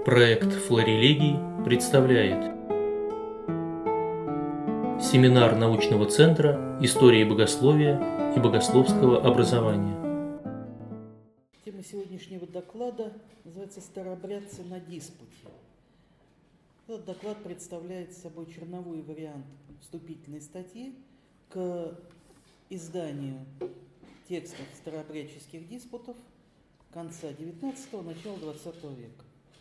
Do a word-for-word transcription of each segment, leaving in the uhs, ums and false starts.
Проект «Флорелегий» представляет семинар научного центра истории богословия и богословского образования. Тема сегодняшнего доклада называется «Старообрядцы на диспуте». Этот доклад представляет собой черновой вариант вступительной статьи к изданию текстов старообрядческих диспутов конца девятнадцатого – начала двадцатого века.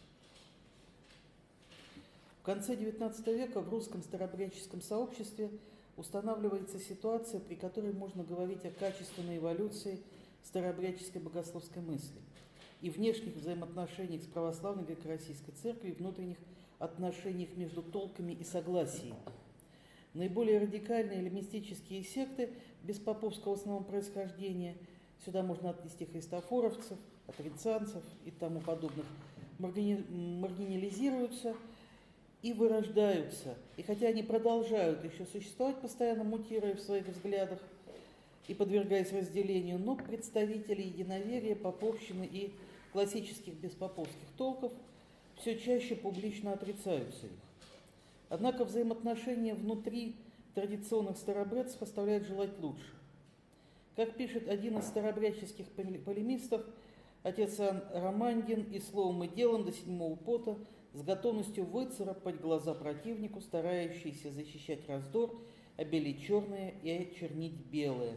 В конце девятнадцатого века в русском старообрядческом сообществе устанавливается ситуация, при которой можно говорить о качественной эволюции старообрядческой богословской мысли и внешних взаимоотношениях с православной греко-российской церковью и внутренних отношениях между толками и согласием. Наиболее радикальные эллинистические секты беспоповского в основном происхождения, сюда можно отнести христофоровцев, отрицанцев и тому подобных, маргини... маргинализируются и вырождаются. И хотя они продолжают еще существовать, постоянно мутируя в своих взглядах и подвергаясь разделению, но представители единоверия, поповщины и классических беспоповских толков все чаще публично отрицаются их. Однако взаимоотношения внутри традиционных старообрядцев оставляют желать лучше. Как пишет один из старообрядческих полемистов, отец Иоанн Романдин и словом и делом до седьмого пота с готовностью выцарапать глаза противнику, старающийся защищать раздор, обелить черное и очернить белое.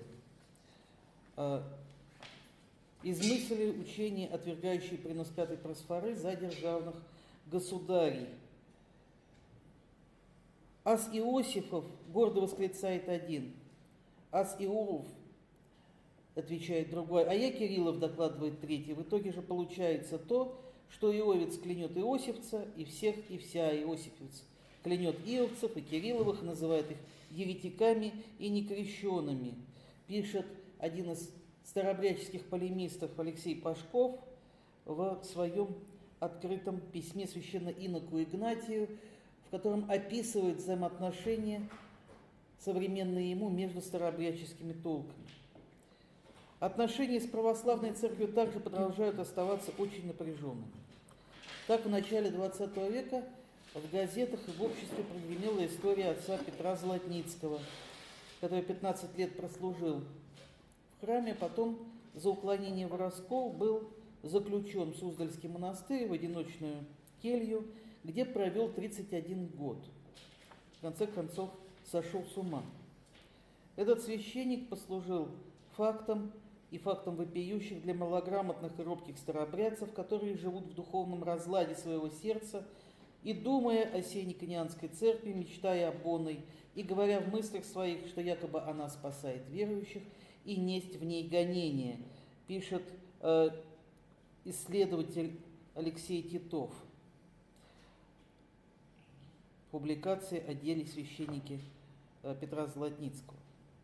Из мысли учения, отвергающие принос пятой просфоры за державных государей. Ас Иосифов гордо восклицает один, Ас Иуров отвечает другой, а я Кириллов, докладывает третий. В итоге же получается то, что Иовец клянет Иосифца, и всех, и вся Иосифец клянет Иовцев и Кирилловых, называет их еретиками и некрещенными. Пишет один из старообрядческих полемистов Алексей Пашков в своем открытом письме священно-иноку Игнатию, в котором описывает взаимоотношения, современные ему, между старообрядческими толками. Отношения с православной церковью также продолжают оставаться очень напряженными. Так, в начале двадцатого века в газетах и в обществе прогремела история отца Петра Золотницкого, который пятнадцать лет прослужил в храме, потом за уклонение в раскол был заключен в Суздальский монастырь в одиночную келью, где провел тридцать один год. В конце концов, сошел с ума. Этот священник послужил фактом и фактом вопиющих для малограмотных и робких старообрядцев, которые живут в духовном разладе своего сердца и, думая о сей никонианской церкви, мечтая об оной и говоря в мыслях своих, что якобы она спасает верующих, и несть в ней гонение, пишет э, исследователь Алексей Титов. Публикации о деле священники э, Петра Золотницкого.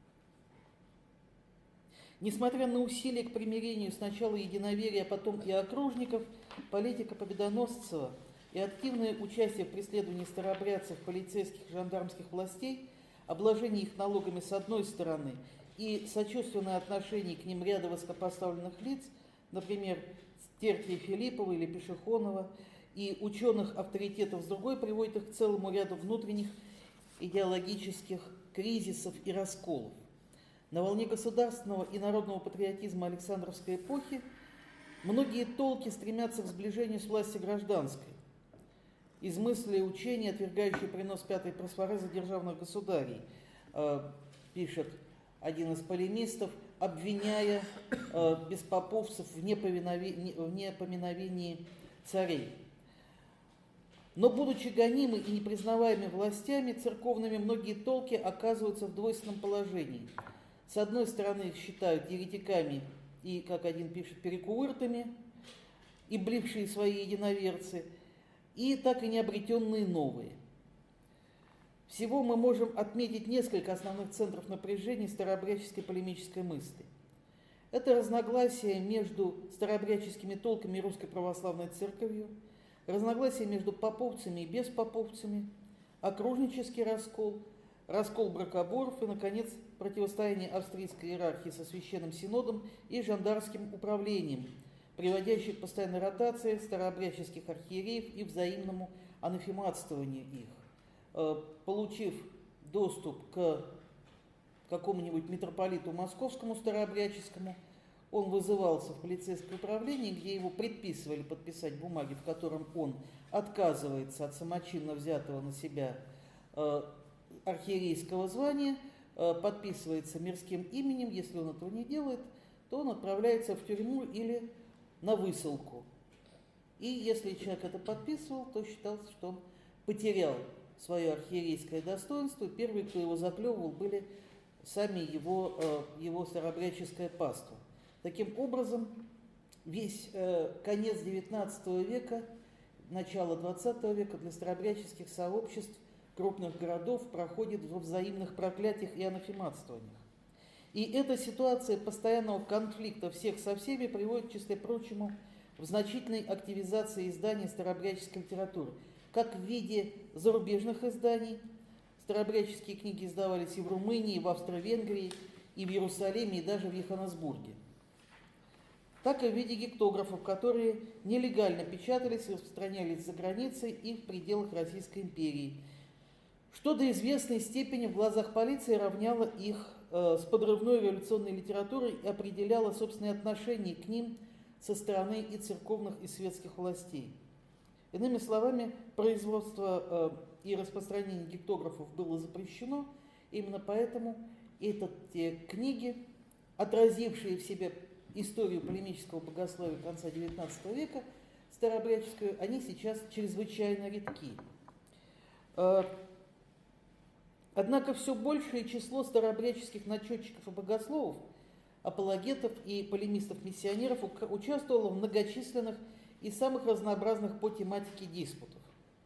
Несмотря на усилия к примирению сначала единоверия, а потом и окружников, политика Победоносцева и активное участие в преследовании старообрядцев полицейских и жандармских властей, обложение их налогами с одной стороны и сочувственное отношение к ним ряда высокопоставленных лиц, например, Терпия Филиппова или Пешехонова, и ученых авторитетов с другой, приводит их к целому ряду внутренних идеологических кризисов и расколов. На волне государственного и народного патриотизма Александровской эпохи многие толки стремятся к сближению с властью гражданской. Из мысли и учения, отвергающие принос пятой просфоры за державных государей, э, пишет один из полемистов, обвиняя э, беспоповцев в непоминовении, в непоминовении царей. Но, будучи гонимы и непризнаваемыми властями церковными, многие толки оказываются в двойственном положении. С одной стороны, их считают еретиками и, как один пишет, перекуыртами, и бывшие свои единоверцы, и так и необретенные новые. Всего мы можем отметить несколько основных центров напряжения старообрядческой полемической мысли. Это разногласия между старообрядческими толками и Русской Православной Церковью, разногласия между поповцами и беспоповцами, окружнический раскол, раскол бракоборов и, наконец, противостояние австрийской иерархии со Священным Синодом и жандарским управлением, приводящий к постоянной ротации старообрядческих архиереев и взаимному анафематствованию их. Получив доступ к какому-нибудь митрополиту московскому старообрядческому, он вызывался в полицейское управление, где его предписывали подписать бумаги, в котором он отказывается от самочинно взятого на себя архиерейского звания, подписывается мирским именем. Если он этого не делает, то он отправляется в тюрьму или на высылку. И если человек это подписывал, то считалось, что он потерял свое архиерейское достоинство. Первые, кто его заклевывал, были сами его, его старообрядческое паство. Таким образом, весь конец девятнадцатого века, начало двадцатого века для старообрядческих сообществ крупных городов проходит во взаимных проклятиях и анафематствованиях. И эта ситуация постоянного конфликта всех со всеми приводит, в числе прочему, в значительной активизации изданий старообрядческой литературы, как в виде зарубежных изданий. Старообрядческие книги издавались и в Румынии, и в Австро-Венгрии, и в Иерусалиме, и даже в Йоханнесбурге, так и в виде гектографов, которые нелегально печатались и распространялись за границей и в пределах Российской империи, что до известной степени в глазах полиции равняло их э, с подрывной революционной литературой и определяло собственные отношения к ним со стороны и церковных, и светских властей. Иными словами, производство э, и распространение гектографов было запрещено, именно поэтому эти книги, отразившие в себе историю полемического богословия конца девятнадцатого века, старообрядческую, они сейчас чрезвычайно редки. Однако все большее число старообрядческих начетчиков и богословов, апологетов и полемистов-миссионеров участвовало в многочисленных и самых разнообразных по тематике диспутов.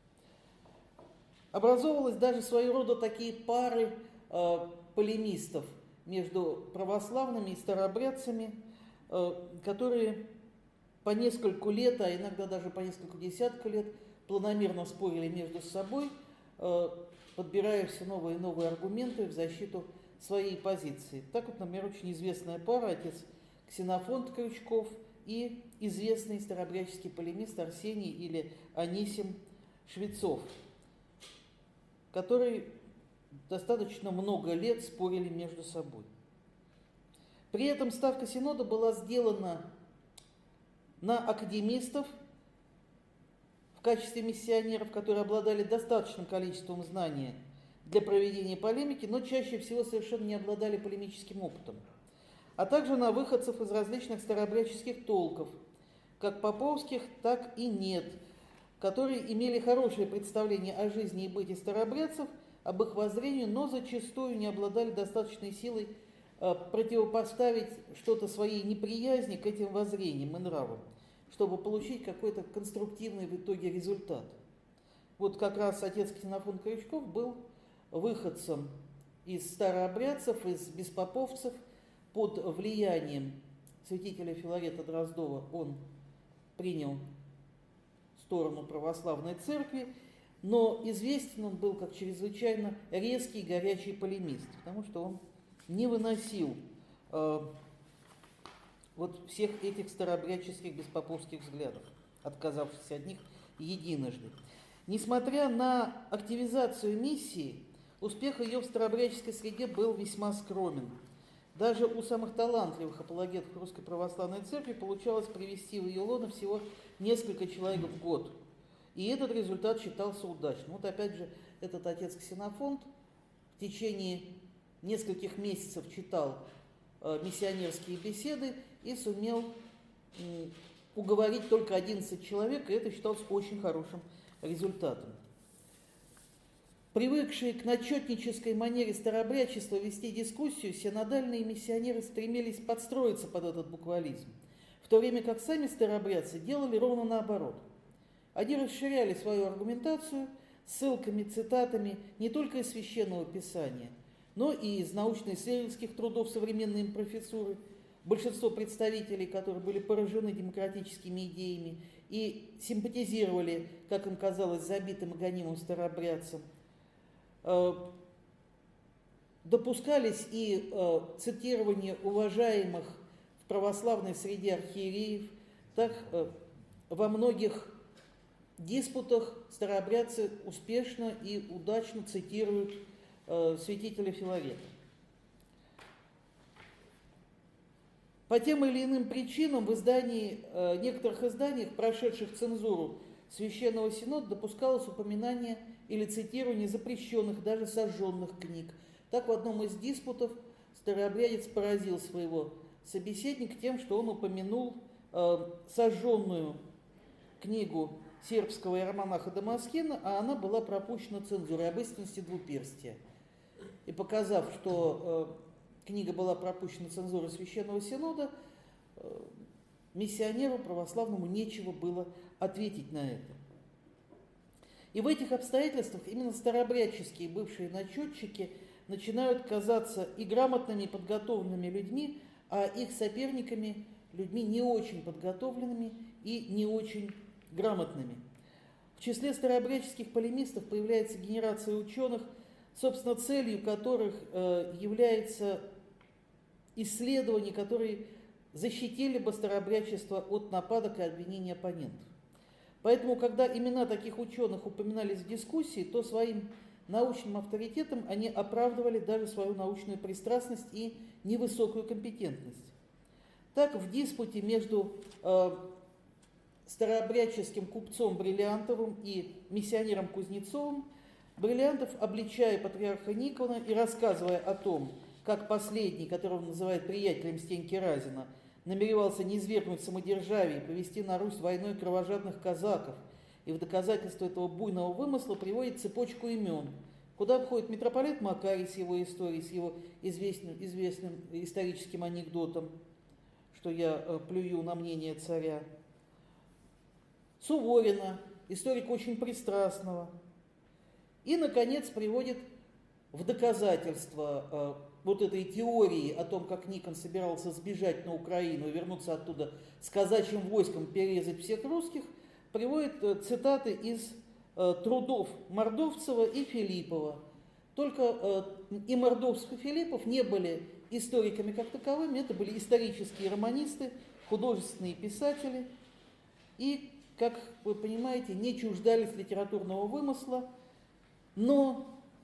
Образовывалось даже своего рода такие пары э, полемистов между православными и старообрядцами, э, которые по нескольку лет, а иногда даже по несколько десятков лет планомерно спорили между собой, э, подбирая все новые и новые аргументы в защиту своей позиции. Так вот, например, очень известная пара, отец Ксенофонт Крючков и известный старообрядческий полемист Арсений или Анисим Швецов, которые достаточно много лет спорили между собой. При этом ставка Синода была сделана на академистов в качестве миссионеров, которые обладали достаточным количеством знаний для проведения полемики, но чаще всего совершенно не обладали полемическим опытом, а также на выходцев из различных старообрядческих толков, как поповских, так и нет, которые имели хорошее представление о жизни и быте старообрядцев, об их воззрению, но зачастую не обладали достаточной силой э, противопоставить что-то своей неприязни к этим воззрениям и нравам, чтобы получить какой-то конструктивный в итоге результат. Вот как раз отец Ксенофонт Крючков был выходцем из старообрядцев, из беспоповцев. Под влиянием святителя Филарета Дроздова он принял сторону православной церкви, но известен он был как чрезвычайно резкий, горячий полемист, потому что он не выносил э, вот всех этих старообрядческих беспоповских взглядов, отказавшись от них единожды. Несмотря на активизацию миссии, успех ее в старообрядческой среде был весьма скромен. Даже у самых талантливых апологетов Русской Православной Церкви получалось привести в ее лоно всего несколько человек в год. И этот результат считался удачным. Вот опять же, этот отец Ксенофонт в течение нескольких месяцев читал э, миссионерские беседы и сумел э, уговорить только одиннадцать человек, и это считалось очень хорошим результатом. Привыкшие к начетнической манере старообрядчества вести дискуссию, синодальные миссионеры стремились подстроиться под этот буквализм, в то время как сами старообрядцы делали ровно наоборот. Они расширяли свою аргументацию ссылками, цитатами не только из Священного Писания, но и из научно-исследовательских трудов современной им профессуры, большинство представителей, которые были поражены демократическими идеями и симпатизировали, как им казалось, забитым и гонимым старообрядцам, допускались и э, цитирование уважаемых в православной среде архиереев, Так, во многих диспутах старообрядцы успешно и удачно цитируют святителя Филарета. По тем или иным причинам в издании, э, некоторых изданиях, прошедших цензуру Священного Синода, допускалось упоминание или цитирование запрещенных, даже сожженных книг. Так, в одном из диспутов старообрядец поразил своего собеседника тем, что он упомянул э, сожженную книгу сербского иеромонаха Дамаскина, а она была пропущена цензурой об истинности двуперстия. И показав, что э, книга была пропущена цензурой Священного Синода, миссионеру православному нечего было ответить на это. И в этих обстоятельствах именно старообрядческие бывшие начетчики начинают казаться и грамотными, и подготовленными людьми, а их соперниками людьми не очень подготовленными и не очень грамотными. В числе старообрядческих полемистов появляется генерация ученых, собственно, целью которых э, является исследования, которые защитили бы старообрядчество от нападок и обвинений оппонентов. Поэтому, когда имена таких ученых упоминались в дискуссии, то своим научным авторитетом они оправдывали даже свою научную пристрастность и невысокую компетентность. Так, в диспуте между э, старообрядческим купцом Бриллиантовым и миссионером Кузнецовым Бриллиантов, обличая патриарха Никона и рассказывая о том, как последний, которого он называет приятелем Стеньки Разина, намеревался низвергнуть самодержавие и повести на Русь войной кровожадных казаков, и в доказательство этого буйного вымысла приводит цепочку имен, куда входит митрополит Макарий с его историей, с его известным, известным историческим анекдотом, что я э, плюю на мнение царя, Суворина, историк очень пристрастного, и, наконец, приводит в доказательство э, вот этой теории о том, как Никон собирался сбежать на Украину и вернуться оттуда с казачьим войском, перерезать всех русских, приводит э, цитаты из э, трудов Мордовцева и Филиппова. Только э, и Мордовцев, и Филиппов не были историками как таковыми, это были исторические романисты, художественные писатели, и, как вы понимаете, не чуждались литературного вымысла, но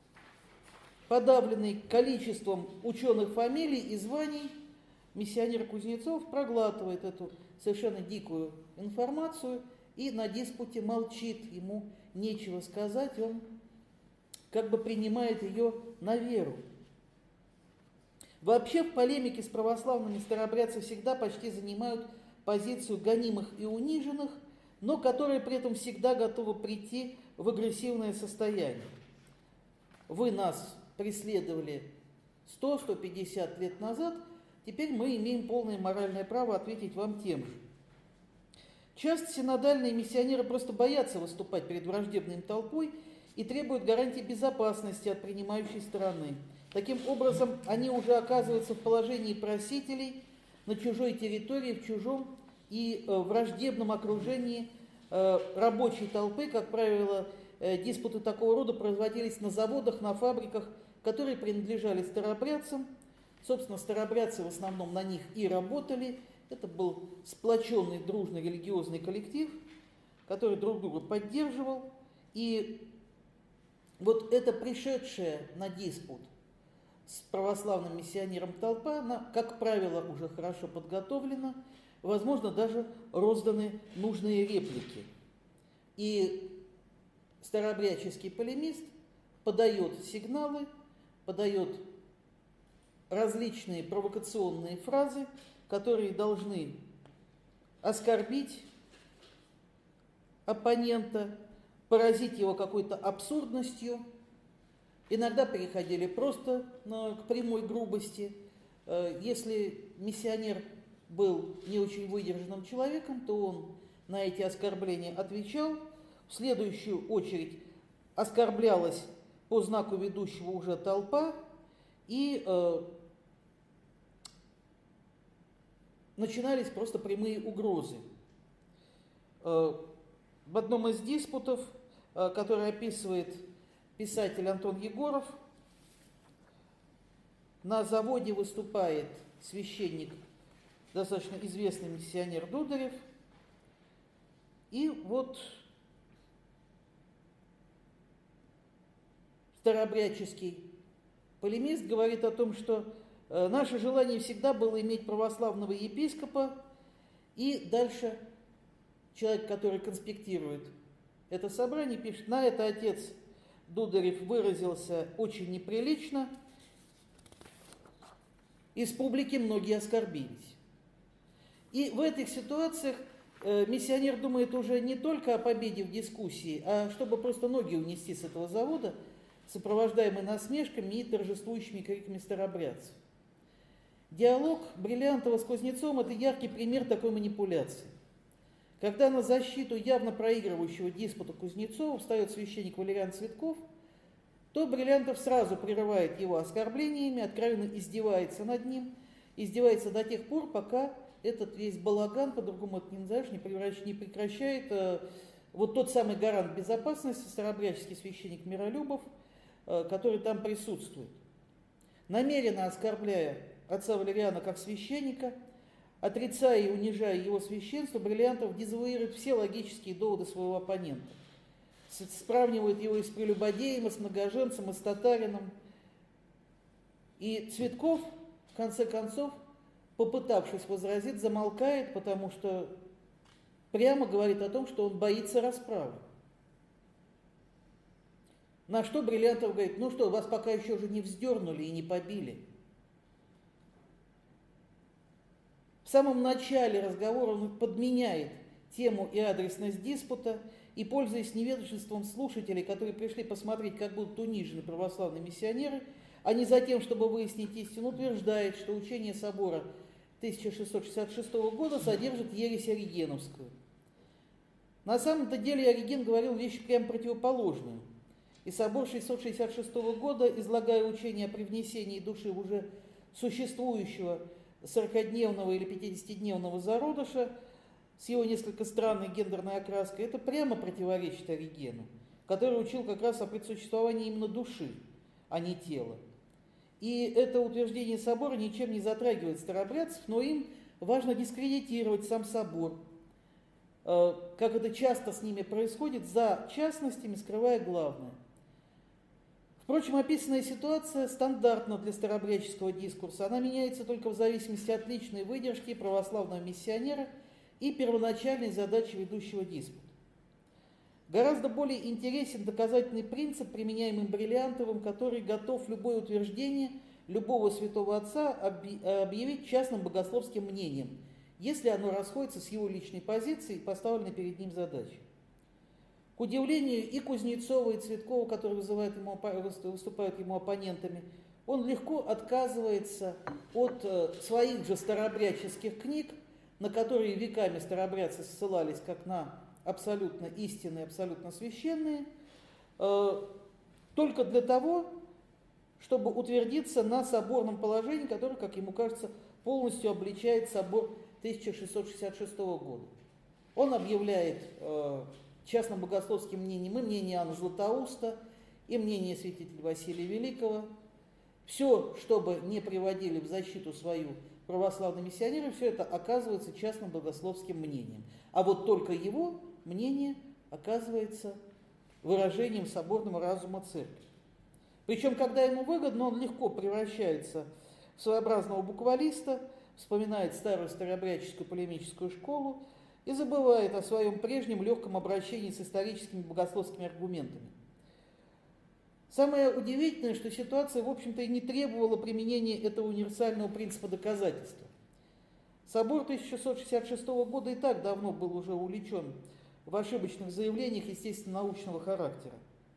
подавленный количеством ученых фамилий и званий, миссионер Кузнецов проглатывает эту совершенно дикую информацию и на диспуте молчит, ему нечего сказать, он как бы принимает ее на веру. Вообще в полемике с православными старообрядцы всегда почти занимают позицию гонимых и униженных, но которые при этом всегда готовы прийти в агрессивное состояние. Вы нас преследовали сто — сто пятьдесят лет назад, теперь мы имеем полное моральное право ответить вам тем же. Часто синодальные миссионеры просто боятся выступать перед враждебной им толпой и требуют гарантии безопасности от принимающей стороны. Таким образом, они уже оказываются в положении просителей на чужой территории, в чужом и э, враждебном окружении э, рабочей толпы. Как правило, э, диспуты такого рода производились на заводах, на фабриках, которые принадлежали старообрядцам. Собственно, старообрядцы в основном на них и работали. Это был сплоченный, дружный религиозный коллектив, который друг друга поддерживал. И вот эта пришедшая на диспут с православным миссионером толпа, она, как правило, уже хорошо подготовлена, возможно, даже розданы нужные реплики. И старообрядческий полемист подает сигналы, подает различные провокационные фразы, которые должны оскорбить оппонента, поразить его какой-то абсурдностью. Иногда переходили просто к прямой грубости. Если миссионер был не очень выдержанным человеком, то он на эти оскорбления отвечал. В следующую очередь оскорблялась по знаку ведущего уже толпа, и э, начинались просто прямые угрозы. Э, в одном из диспутов, э, который описывает писатель Антон Егоров, на заводе выступает священник, достаточно известный миссионер Дударев, И вот старообрядческий полемист говорит о том, что э, наше желание всегда было иметь православного епископа, и дальше человек, который конспектирует это собрание, пишет: на это отец Дударев выразился очень неприлично, из публики многие оскорбились. И в этих ситуациях э, миссионер думает уже не только о победе в дискуссии, а чтобы просто ноги унести с этого завода, сопровождаемый насмешками и торжествующими криками старообрядцев. Диалог Бриллиантова с Кузнецовым – это яркий пример такой манипуляции. Когда на защиту явно проигрывающего диспута Кузнецова встает священник Валериан Цветков, то Бриллиантов сразу прерывает его оскорблениями, откровенно издевается над ним, издевается до тех пор, пока этот весь балаган, по-другому это не назовешь, не, превращ... не прекращает э, вот тот самый гарант безопасности, старообрядческий священник Миролюбов, э, который там присутствует. Намеренно оскорбляя отца Валериана как священника, отрицая и унижая его священство, Бриллиантов дезавуирует все логические доводы своего оппонента. Сравнивает его и с прелюбодеем, и с многоженцем, и с татарином. И Цветков, в конце концов, попытавшись возразить, замолкает, потому что прямо говорит о том, что он боится расправы. На что Бриллиантов говорит: ну что, вас пока еще уже не вздернули и не побили. В самом начале разговора он подменяет тему и адресность диспута, и, пользуясь невежеством слушателей, которые пришли посмотреть, как будут унижены православные миссионеры, а не за тем, чтобы выяснить истину, утверждает, что учение собора тысяча шестьсот шестьдесят шестого года содержит ересь оригеновскую. На самом-то деле Ориген говорил вещь прямо противоположную. И собор шестьсот шестьдесят шестого года, излагая учение о привнесении души в уже существующего сорокадневного или пятидесятидневного зародыша с его несколько странной гендерной окраской, это прямо противоречит Оригену, который учил как раз о предсуществовании именно души, а не тела. И это утверждение собора ничем не затрагивает старообрядцев, но им важно дискредитировать сам собор, как это часто с ними происходит, за частностями скрывая главное. Впрочем, описанная ситуация стандартна для старообрядческого дискурса. Она меняется только в зависимости от личной выдержки православного миссионера и первоначальной задачи ведущего диспута. Гораздо более интересен доказательный принцип, применяемый Бриллиантовым, который готов любое утверждение любого святого отца объявить частным богословским мнением, если оно расходится с его личной позицией и поставленной перед ним задачей. К удивлению и Кузнецова, и Цветкова, которые вызывают ему, выступают ему оппонентами, он легко отказывается от своих же старообрядческих книг, на которые веками старообрядцы ссылались как на абсолютно истинные, абсолютно священные, только для того, чтобы утвердиться на соборном положении, которое, как ему кажется, полностью обличает собор тысяча шестьсот шестьдесят шестого года. Он объявляет частным богословским мнением и мнение Иоанна Златоуста, и мнение святителя Василия Великого. Все, чтобы не приводили в защиту свою православные миссионеры, все это оказывается частным богословским мнением. А вот только его мнение оказывается выражением соборного разума церкви. Причем, когда ему выгодно, он легко превращается в своеобразного буквалиста, вспоминает старую старообрядческую полемическую школу и забывает о своем прежнем легком обращении с историческими богословскими аргументами. Самое удивительное, что ситуация, в общем-то, и не требовала применения этого универсального принципа доказательства. Собор тысяча шестьсот шестьдесят шестого года и так давно был уже увлечен в ошибочных заявлениях естественно-научного характера.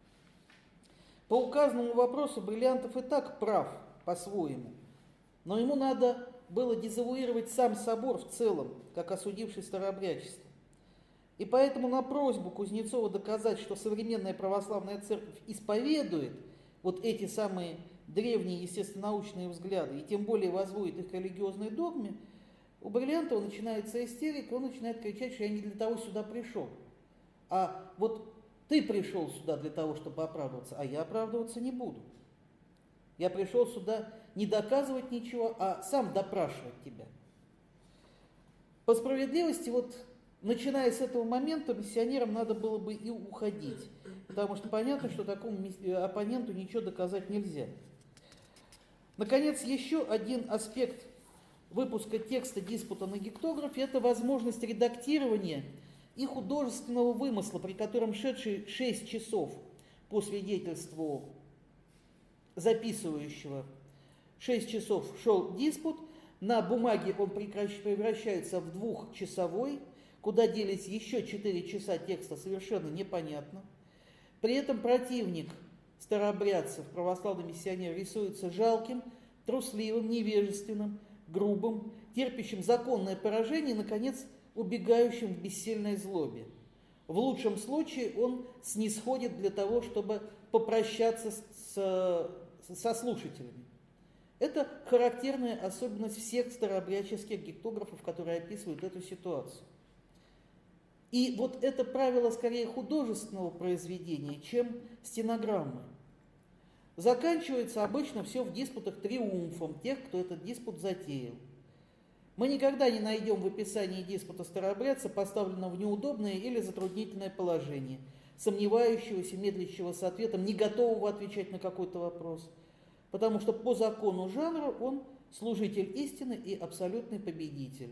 По указанному вопросу Бриллиантов и так прав по-своему, но ему надо было дезавуировать сам собор в целом, как осудивший старообрядчество. И поэтому на просьбу Кузнецова доказать, что современная православная церковь исповедует вот эти самые древние естественно-научные взгляды, и тем более возводит их к религиозной догме, у Бриллиантова начинается истерика, он начинает кричать, что я не для того сюда пришел. А вот ты пришел сюда для того, чтобы оправдываться, а я оправдываться не буду. Я пришел сюда не доказывать ничего, а сам допрашивать тебя. По справедливости, вот начиная с этого момента миссионерам надо было бы и уходить, потому что понятно, что такому оппоненту ничего доказать нельзя. Наконец, еще один аспект выпуска текста диспута на гектографе – это возможность редактирования и художественного вымысла, при котором шедший шесть часов по свидетельству записывающего шесть часов шел диспут, на бумаге он превращается в двухчасовой, куда делись еще четыре часа текста, совершенно непонятно. При этом противник старообрядцев, православный миссионер, рисуется жалким, трусливым, невежественным, грубым, терпящим законное поражение и, наконец, убегающим в бессильной злобе. В лучшем случае он снисходит для того, чтобы попрощаться с, со слушателями. Это характерная особенность всех старообрядческих гектографов, которые описывают эту ситуацию. И вот это правило скорее художественного произведения, чем стенограммы. Заканчивается обычно все в диспутах триумфом тех, кто этот диспут затеял. Мы никогда не найдем в описании диспута старообрядца поставленного в неудобное или затруднительное положение, сомневающегося, медлящего с ответом, не готового отвечать на какой-то вопрос, потому что по закону жанра он служитель истины и абсолютный победитель.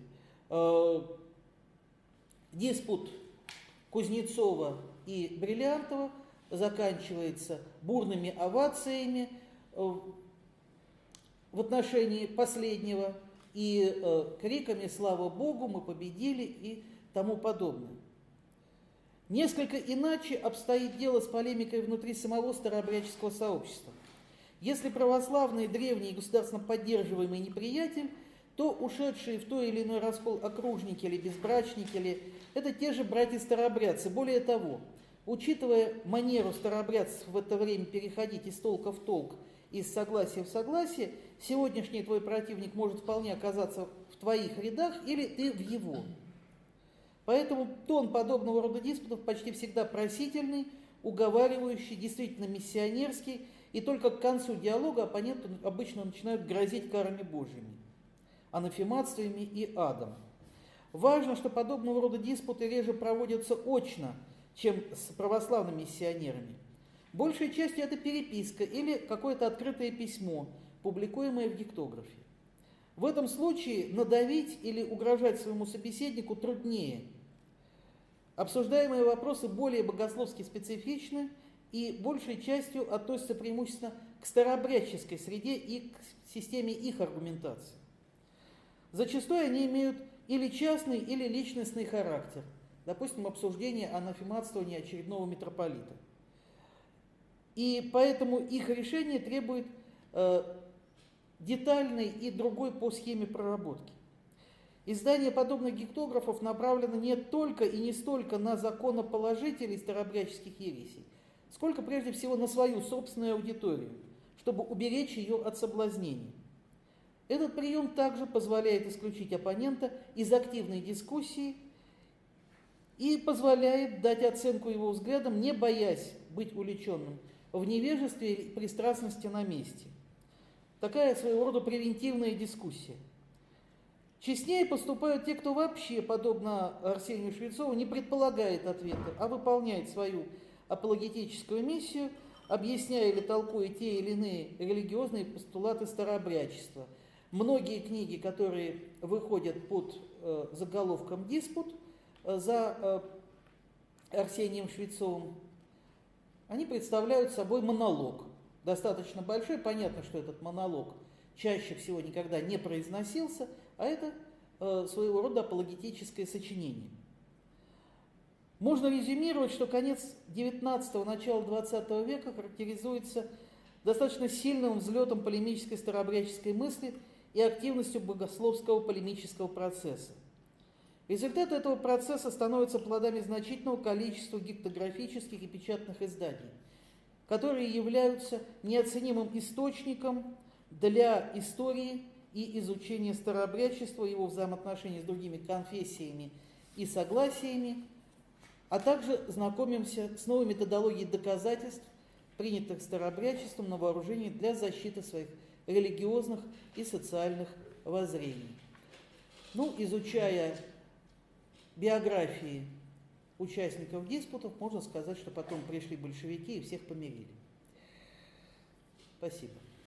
Диспут Кузнецова и Бриллиантова заканчивается бурными овациями в отношении последнего и криками «Слава Богу, мы победили» и тому подобное. Несколько иначе обстоит дело с полемикой внутри самого старообрядческого сообщества. Если православный, древний и государственно поддерживаемый неприятель, то ушедшие в той или иной раскол окружники или безбрачники или это те же братья-старообрядцы. Более того, учитывая манеру старообрядцев в это время переходить из толка в толк, из согласия в согласие, сегодняшний твой противник может вполне оказаться в твоих рядах или ты в его. Поэтому тон подобного рода диспутов почти всегда просительный, уговаривающий, действительно миссионерский, и только к концу диалога оппоненты обычно начинают грозить карами Божьими, анафематствами и адом. Важно, что подобного рода диспуты реже проводятся очно, чем с православными миссионерами. Большей частью это переписка или какое-то открытое письмо, публикуемое в гектографе. В этом случае надавить или угрожать своему собеседнику труднее. Обсуждаемые вопросы более богословски специфичны и большей частью относятся преимущественно к старообрядческой среде и к системе их аргументации. Зачастую они имеют или частный, или личностный характер. Допустим, обсуждение анафематствования очередного митрополита. И поэтому их решение требует э, детальной и другой по схеме проработки. Издание подобных гектографов направлено не только и не столько на законоположителей старообрядческих ересей, сколько прежде всего на свою собственную аудиторию, чтобы уберечь ее от соблазнений. Этот прием также позволяет исключить оппонента из активной дискуссии и позволяет дать оценку его взглядам, не боясь быть увлеченным в невежестве и пристрастности на месте. Такая своего рода превентивная дискуссия. Честнее поступают те, кто вообще, подобно Арсению Швецову, не предполагает ответа, а выполняет свою апологетическую миссию, объясняя или толкуя те или иные религиозные постулаты старообрядчества. Многие книги, которые выходят под э, заголовком «Диспут» э, за э, Арсением Швецовым, они представляют собой монолог. Достаточно большой, понятно, что этот монолог чаще всего никогда не произносился, а это э, своего рода апологетическое сочинение. Можно резюмировать, что конец девятнадцатого, начало двадцатого века характеризуется достаточно сильным взлетом полемической старообрядческой мысли и активностью богословского полемического процесса. Результаты этого процесса становятся плодами значительного количества гектографических и печатных изданий, которые являются неоценимым источником для истории и изучения старообрядчества, его взаимоотношений с другими конфессиями и согласиями, а также знакомимся с новой методологией доказательств, принятых старообрядчеством на вооружение для защиты своих религиозных и социальных воззрений. Ну, изучая биографии участников диспутов, можно сказать, что потом пришли большевики и всех помирили. Спасибо.